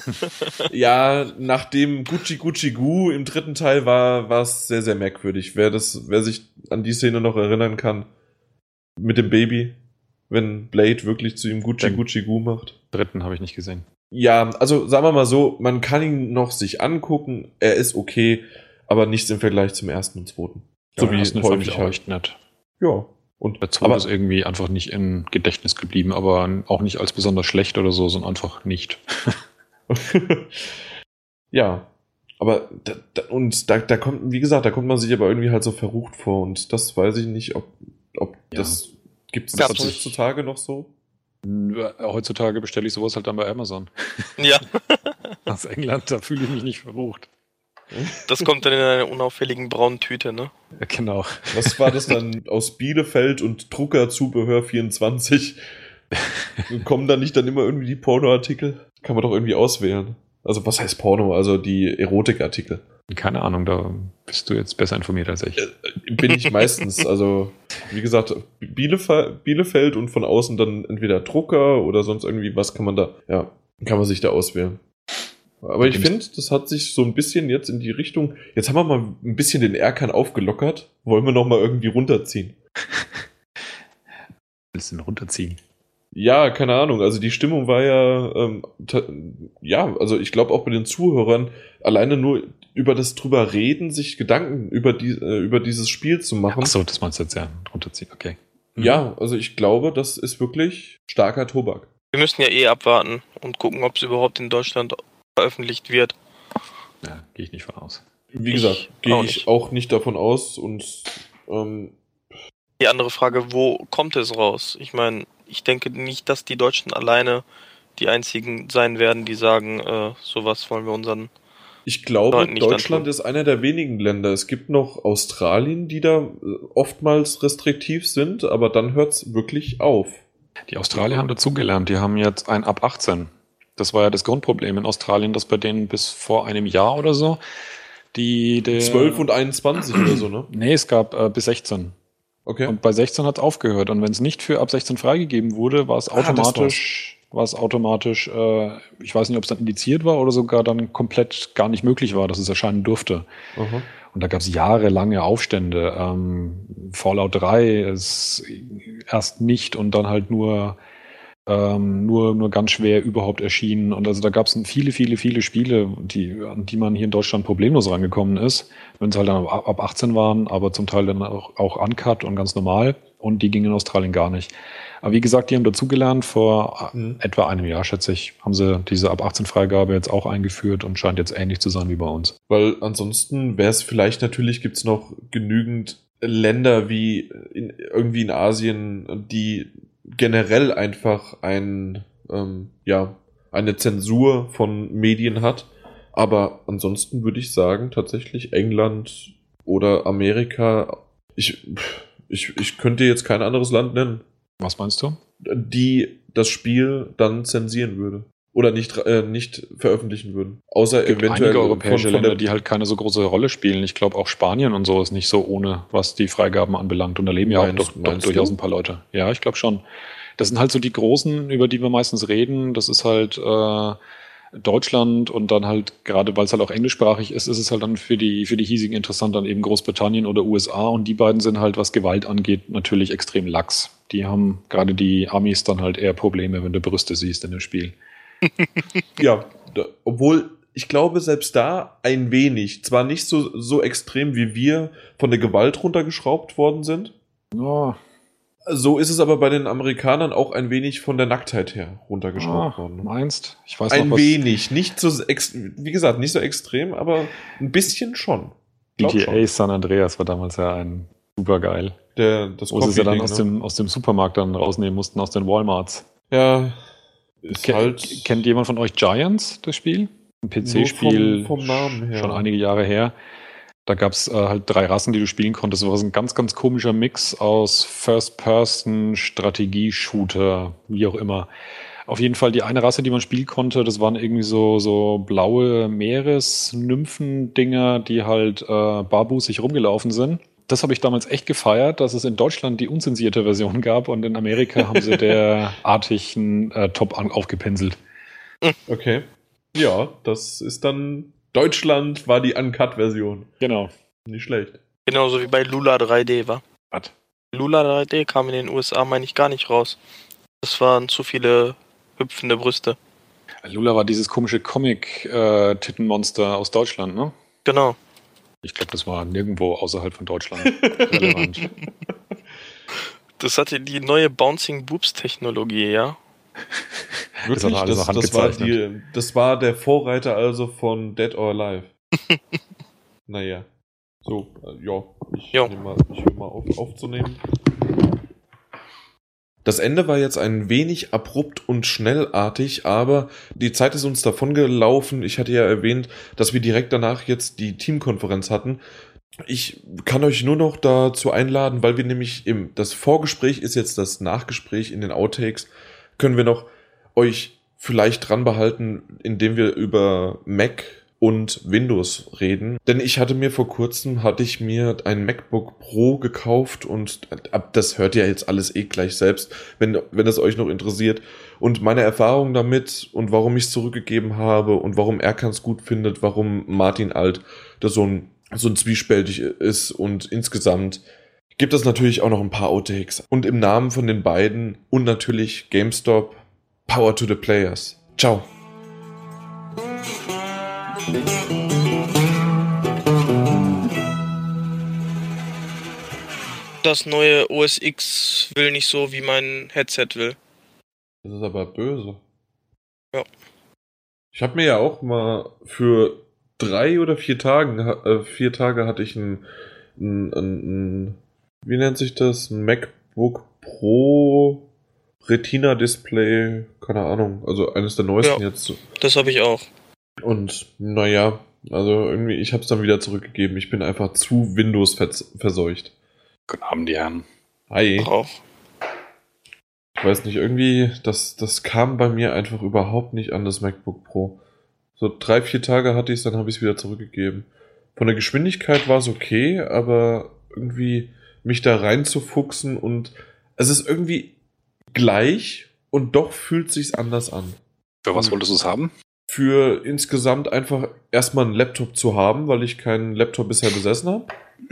Ja, nachdem Gucci Gu im 3. Teil war es sehr, sehr merkwürdig. Wer sich an die Szene noch erinnern kann, mit dem Baby, wenn Blade wirklich zu ihm Gucci Gu macht. 3. habe ich nicht gesehen. Ja, also sagen wir mal so, man kann ihn noch sich angucken, er ist okay, aber nichts im Vergleich zum ersten und zweiten. Ja, so wie es fand ich auch echt nett. Ja. Und der zweite ist irgendwie einfach nicht im Gedächtnis geblieben, aber auch nicht als besonders schlecht oder so, sondern einfach nicht. Ja, aber da kommt, wie gesagt, da kommt man sich aber irgendwie halt so verrucht vor und das weiß ich nicht, ob das, gibt es das heutzutage noch so? Heutzutage bestelle ich sowas halt dann bei Amazon. Ja. Aus England, da fühle ich mich nicht verrucht. Das kommt dann in einer unauffälligen braunen Tüte, ne? Ja, genau. Was war das dann aus Bielefeld und Druckerzubehör 24? Kommen da nicht dann immer irgendwie die Pornoartikel? Kann man doch irgendwie auswählen. Also was heißt Porno? Also die Erotikartikel. Keine Ahnung, da bist du jetzt besser informiert als ich. Bin ich meistens. Also wie gesagt, Bielefeld und von außen dann entweder Drucker oder sonst irgendwie was kann man sich da auswählen. Aber ich finde, das hat sich so ein bisschen jetzt in die Richtung, jetzt haben wir mal ein bisschen den Erkan aufgelockert, wollen wir noch mal irgendwie runterziehen. Willst du denn runterziehen? Ja, keine Ahnung, also die Stimmung war ja, also ich glaube auch bei den Zuhörern, alleine nur über das drüber reden, sich Gedanken über dieses Spiel zu machen. Achso, das meinst du jetzt, ja, runterziehen, okay. Ja, also ich glaube, das ist wirklich starker Tobak. Wir müssen ja abwarten und gucken, ob es überhaupt in Deutschland veröffentlicht wird. Ja, gehe ich nicht von aus. Wie gesagt, gehe ich auch nicht davon aus und die andere Frage, wo kommt es raus? Ich meine, ich denke nicht, dass die Deutschen alleine die einzigen sein werden, die sagen, sowas wollen wir unseren Ich glaube, Leuten nicht Deutschland antun. ist einer der wenigen Länder. Es gibt noch Australien, die da oftmals restriktiv sind, aber dann hört es wirklich auf. Die Australier haben dazugelernt, die haben jetzt ein ab 18. Das war ja das Grundproblem in Australien, dass bei denen bis vor einem Jahr oder so 12 und 21 oder so, ne? Nee, es gab bis 16. Okay. Und bei 16 hat es aufgehört. Und wenn es nicht für ab 16 freigegeben wurde, war es automatisch, ich weiß nicht, ob es dann indiziert war oder sogar dann komplett gar nicht möglich war, dass es erscheinen durfte. Aha. Und da gab es jahrelange Aufstände. Fallout 3 ist erst nicht und dann halt nur ganz schwer überhaupt erschienen. Und also da gab es viele, viele, viele Spiele, an die man hier in Deutschland problemlos rangekommen ist, wenn sie halt dann ab 18 waren, aber zum Teil dann auch uncut und ganz normal. Und die gingen in Australien gar nicht. Aber wie gesagt, die haben dazugelernt. Vor etwa einem Jahr, schätze ich, haben sie diese ab 18 Freigabe jetzt auch eingeführt und scheint jetzt ähnlich zu sein wie bei uns. Weil ansonsten wäre es vielleicht, natürlich gibt es noch genügend Länder wie irgendwie in Asien, die generell einfach eine Zensur von Medien hat. Aber ansonsten würde ich sagen, tatsächlich England oder Amerika, ich könnte jetzt kein anderes Land nennen. Was meinst du? Die das Spiel dann zensieren würde. Oder nicht veröffentlichen würden. Außer eventuell einige europäische Länder, die halt keine so große Rolle spielen. Ich glaube auch Spanien und so ist nicht so ohne, was die Freigaben anbelangt. Und da leben ja auch doch durchaus ein paar Leute. Ja, ich glaube schon. Das sind halt so die großen, über die wir meistens reden. Das ist halt Deutschland und dann halt, gerade weil es halt auch englischsprachig ist, ist es halt dann für die hiesigen interessant dann eben Großbritannien oder USA. Und die beiden sind halt, was Gewalt angeht, natürlich extrem lax. Die haben gerade die Amis dann halt eher Probleme, wenn du Brüste siehst in dem Spiel. Ja, obwohl ich glaube, selbst da ein wenig, zwar nicht so extrem wie wir von der Gewalt runtergeschraubt worden sind. Oh. So ist es aber bei den Amerikanern auch ein wenig von der Nacktheit her runtergeschraubt worden. Meinst? Ich weiß ein noch, wenig, nicht so wie gesagt, nicht so extrem, aber ein bisschen schon. GTA San Andreas war damals ja ein super geil. Wo sie es ja dann aus dem Supermarkt dann rausnehmen mussten, aus den Walmarts. Ja. Kennt jemand von euch Giants, das Spiel? Ein PC-Spiel, vom Namen her. Schon einige Jahre her. Da gab es halt 3 Rassen, die du spielen konntest. Das war so ein ganz, ganz komischer Mix aus First-Person, Strategie-Shooter, wie auch immer. Auf jeden Fall die eine Rasse, die man spielen konnte, das waren irgendwie so blaue Meeresnymphen-Dinger, die halt barbusig rumgelaufen sind. Das habe ich damals echt gefeiert, dass es in Deutschland die unzensierte Version gab und in Amerika haben sie derartigen Top aufgepinselt. Okay. Ja, das ist dann... Deutschland war die Uncut-Version. Genau. Nicht schlecht. Genauso wie bei Lula 3D, wa? Was? Lula 3D kam in den USA, meine ich, gar nicht raus. Das waren zu viele hüpfende Brüste. Lula war dieses komische Comic-Tittenmonster aus Deutschland, ne? Genau. Ich glaube, das war nirgendwo außerhalb von Deutschland relevant. Das hatte die neue Bouncing Boobs Technologie, ja? Wirklich? Das ist handgezeichnet. Das war der Vorreiter also von Dead or Alive. Naja. So, ja. Ich höre mal auf aufzunehmen. Das Ende war jetzt ein wenig abrupt und schnellartig, aber die Zeit ist uns davon gelaufen. Ich hatte ja erwähnt, dass wir direkt danach jetzt die Teamkonferenz hatten. Ich kann euch nur noch dazu einladen, weil wir nämlich das Vorgespräch ist jetzt das Nachgespräch in den Outtakes, können wir noch euch vielleicht dran behalten, indem wir über Mac und Windows reden. Denn hatte ich mir ein MacBook Pro gekauft und das hört ihr jetzt alles gleich selbst, wenn es euch noch interessiert. Und meine Erfahrung damit und warum ich es zurückgegeben habe und warum Erkan es gut findet, warum Martin Alt das so ein zwiespältig ist und insgesamt gibt es natürlich auch noch ein paar Outtakes. Und im Namen von den beiden und natürlich GameStop, Power to the Players. Ciao. Das neue OS X will nicht so, wie mein Headset will. Das ist aber böse. Ja. Ich habe mir ja auch mal für 3 oder 4 Tage hatte ich ein wie nennt sich das? Ein MacBook Pro Retina Display, keine Ahnung, also eines der neuesten jetzt. Das habe ich auch. Und naja, also irgendwie, ich habe es dann wieder zurückgegeben. Ich bin einfach zu Windows verseucht. Guten Abend, die Herren. Hi. Auch. Ich weiß nicht, irgendwie, das kam bei mir einfach überhaupt nicht an, das MacBook Pro. So 3, 4 Tage hatte ich es, dann habe ich es wieder zurückgegeben. Von der Geschwindigkeit war es okay, aber irgendwie mich da reinzufuchsen und es ist irgendwie gleich und doch fühlt sich's anders an. Für was wolltest du es haben? Für insgesamt einfach erstmal einen Laptop zu haben, weil ich keinen Laptop bisher besessen habe.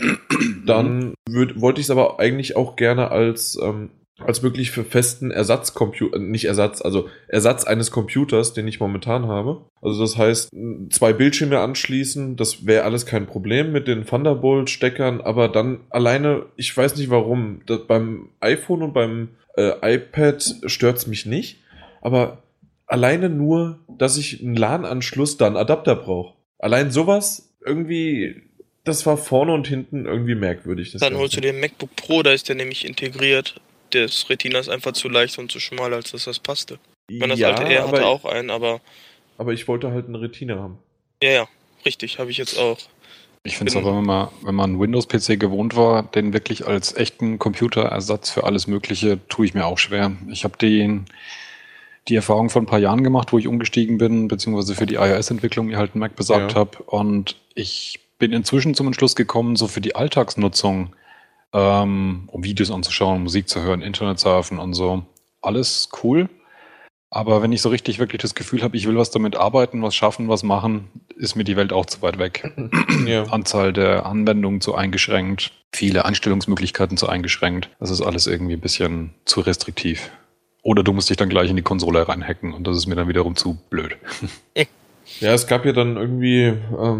Dann wollte ich es aber eigentlich auch gerne als wirklich für festen Ersatzcomputer, nicht Ersatz, also Ersatz eines Computers, den ich momentan habe. Also das heißt, 2 Bildschirme anschließen, das wäre alles kein Problem mit den Thunderbolt-Steckern, aber dann alleine, ich weiß nicht warum, beim iPhone und beim iPad stört es mich nicht, aber alleine nur, dass ich einen LAN-Anschluss, da einen Adapter brauche. Allein sowas irgendwie, das war vorne und hinten irgendwie merkwürdig. Dann holst du dir den MacBook Pro, da ist der nämlich integriert. Das Retina ist einfach zu leicht und zu schmal, als dass das passte. Das alte R hatte auch einen, aber... Aber ich wollte halt einen Retina haben. Ja, richtig, habe ich jetzt auch. Ich finde es aber, wenn man einen Windows-PC gewohnt war, den wirklich als echten Computerersatz für alles Mögliche, tue ich mir auch schwer. Ich habe die Erfahrung vor ein paar Jahren gemacht, wo ich umgestiegen bin, beziehungsweise für die iOS-Entwicklung mir halt einen Mac besorgt habe. Und ich bin inzwischen zum Entschluss gekommen, so für die Alltagsnutzung, um Videos anzuschauen, Musik zu hören, Internet surfen und so, alles cool. Aber wenn ich so richtig wirklich das Gefühl habe, ich will was damit arbeiten, was schaffen, was machen, ist mir die Welt auch zu weit weg. Ja. Anzahl der Anwendungen zu eingeschränkt, viele Einstellungsmöglichkeiten zu eingeschränkt. Das ist alles irgendwie ein bisschen zu restriktiv. Oder du musst dich dann gleich in die Konsole reinhacken und das ist mir dann wiederum zu blöd. Ja, es gab ja dann irgendwie,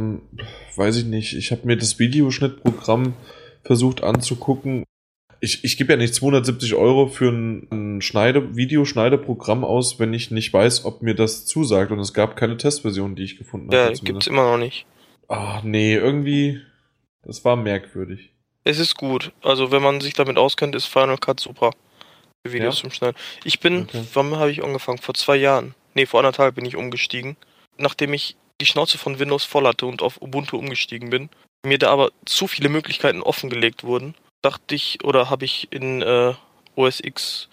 weiß ich nicht, ich habe mir das Videoschnittprogramm versucht anzugucken. Ich gebe ja nicht 270 € für ein Videoschneideprogramm aus, wenn ich nicht weiß, ob mir das zusagt. Und es gab keine Testversion, die ich gefunden habe. Ja, gibt's immer noch nicht. Ach nee, irgendwie, das war merkwürdig. Es ist gut. Also wenn man sich damit auskennt, ist Final Cut super. Für Videos zum Schneiden. Wann habe ich angefangen? Vor 2 Jahren. Nee, vor 1,5 bin ich umgestiegen. Nachdem ich die Schnauze von Windows voll hatte und auf Ubuntu umgestiegen bin, mir da aber zu viele Möglichkeiten offengelegt wurden, habe ich in OS X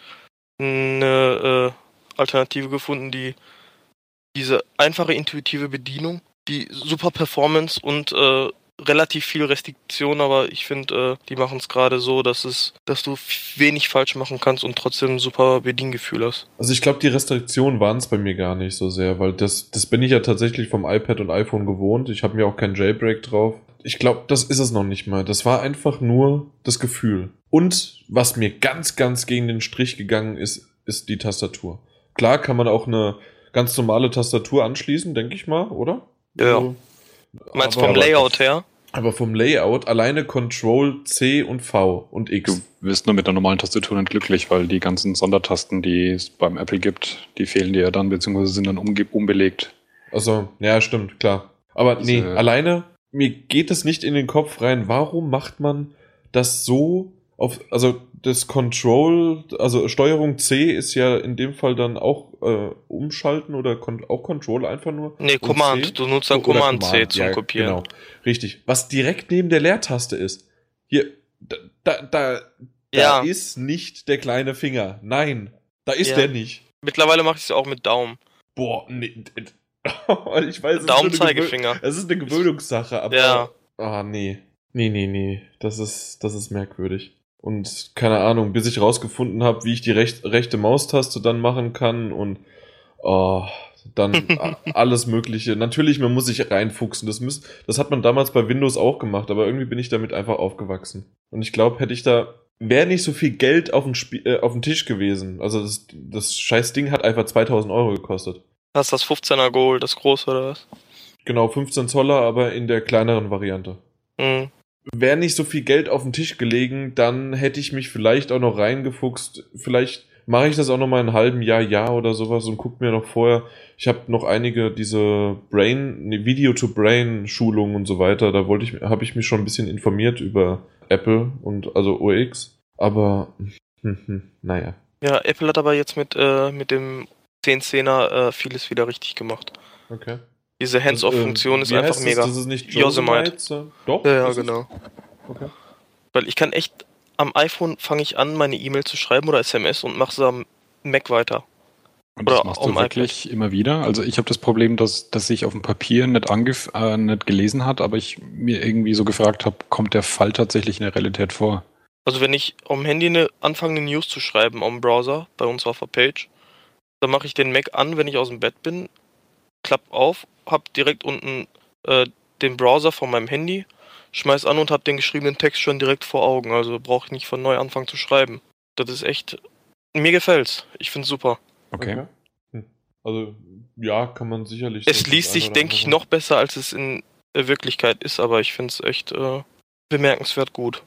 eine Alternative gefunden, die diese einfache, intuitive Bedienung, die super Performance und relativ viel Restriktion, aber ich finde, die machen es gerade so, dass du wenig falsch machen kannst und trotzdem ein super Bediengefühl hast. Also ich glaube, die Restriktionen waren es bei mir gar nicht so sehr, weil das bin ich ja tatsächlich vom iPad und iPhone gewohnt. Ich habe mir auch keinen Jailbreak drauf. Ich glaube, das ist es noch nicht mal. Das war einfach nur das Gefühl. Und was mir ganz, ganz gegen den Strich gegangen ist die Tastatur. Klar kann man auch eine ganz normale Tastatur anschließen, denke ich mal, oder? Ja. Also, meinst du vom Layout her? Aber vom Layout alleine Control C und V und X. Du wirst nur mit der normalen Tastatur nicht glücklich, weil die ganzen Sondertasten, die es beim Apple gibt, die fehlen dir ja dann, beziehungsweise sind dann umbelegt. Also, ja, stimmt, klar. Aber nee, alleine, mir geht es nicht in den Kopf rein, warum macht man das so auf, also das Control, also Steuerung C ist ja in dem Fall dann auch umschalten oder auch Control einfach nur? Nee, Command, C? du nutzt dann Command C zum Kopieren. Genau, richtig. Was direkt neben der Leertaste ist. Hier, da ist nicht der kleine Finger. Nein, da ist der nicht. Mittlerweile mache ich es auch mit Daumen. Boah, nee. Ich weiß, Daumen-Zeigefinger. Es ist eine Gewöhnungssache, aber. Ja. Ah, nee. Nee. Das ist merkwürdig. Und keine Ahnung, bis ich rausgefunden habe, wie ich die rechte Maustaste dann machen kann und dann alles Mögliche. Natürlich, man muss sich reinfuchsen. Das hat man damals bei Windows auch gemacht, aber irgendwie bin ich damit einfach aufgewachsen. Und ich glaube, wäre nicht so viel Geld auf dem Tisch gewesen. Also das scheiß Ding hat einfach 2000 Euro gekostet. Hast du das 15er geholt, das große oder was? Genau, 15 Zoller, aber in der kleineren Variante. Mhm. Wäre nicht so viel Geld auf dem Tisch gelegen, dann hätte ich mich vielleicht auch noch reingefuchst. Vielleicht mache ich das auch noch mal in einem halben Jahr oder sowas und gucke mir noch vorher. Ich habe noch einige diese Video-to-Brain-Schulungen und so weiter. Da habe ich mich schon ein bisschen informiert über Apple und also OX. Aber naja. Ja, Apple hat aber jetzt mit dem 1010er vieles wieder richtig gemacht. Okay. Diese Hands-off-Funktion ist einfach mega. Das ist nicht Yosemite? Doch? Ja, genau. Okay. Weil ich kann echt, am iPhone fange ich an, meine E-Mail zu schreiben oder SMS und mache es am Mac weiter. Und das machst du wirklich immer wieder? Also ich habe das Problem, dass sich auf dem Papier nicht gelesen hat, aber ich mir irgendwie so gefragt habe, kommt der Fall tatsächlich in der Realität vor? Also wenn ich am Handy anfange, eine News zu schreiben am Browser, bei uns auf der Page, dann mache ich den Mac an, wenn ich aus dem Bett bin, klapp auf, hab direkt unten den Browser von meinem Handy, schmeiß an und hab den geschriebenen Text schon direkt vor Augen. Also brauche ich nicht von neu anfangen zu schreiben. Das ist echt... Mir gefällt's. Ich find's super. Okay. Also, ja, kann man sicherlich... Es liest sich, denke ich, noch besser, als es in Wirklichkeit ist, aber ich find's echt bemerkenswert gut.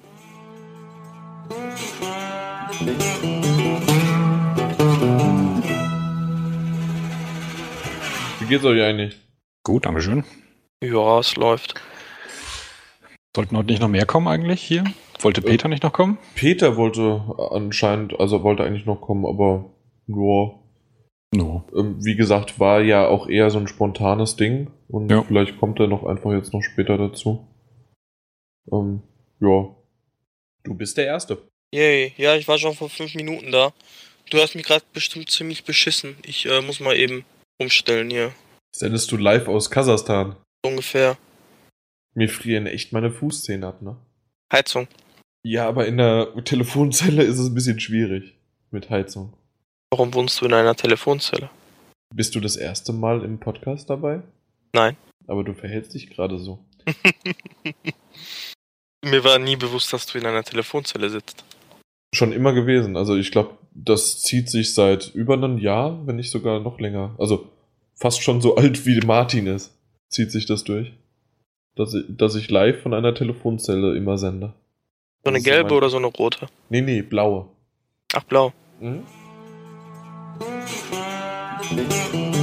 Wie geht's euch eigentlich? Gut, dankeschön. Ja, es läuft. Sollten heute nicht noch mehr kommen eigentlich hier? Wollte Peter nicht noch kommen? Peter wollte eigentlich noch kommen, aber nur. No. Wie gesagt, war ja auch eher so ein spontanes Ding und vielleicht kommt er noch einfach jetzt noch später dazu. Ja. Du bist der Erste. Yay, ja, ich war schon vor 5 Minuten da. Du hast mich gerade bestimmt ziemlich beschissen. Ich muss mal eben umstellen hier. Sendest du live aus Kasachstan? Ungefähr. Mir frieren echt meine Fußzähne ab, ne? Heizung. Ja, aber in der Telefonzelle ist es ein bisschen schwierig mit Heizung. Warum wohnst du in einer Telefonzelle? Bist du das erste Mal im Podcast dabei? Nein. Aber du verhältst dich gerade so. Mir war nie bewusst, dass du in einer Telefonzelle sitzt. Schon immer gewesen. Also ich glaube, das zieht sich seit über einem Jahr, wenn nicht sogar noch länger. Also fast schon so alt wie Martin ist, zieht sich das durch. Dass ich live von einer Telefonzelle immer sende. So eine gelbe oder so eine rote? Nee, blaue. Ach, blau. Mhm.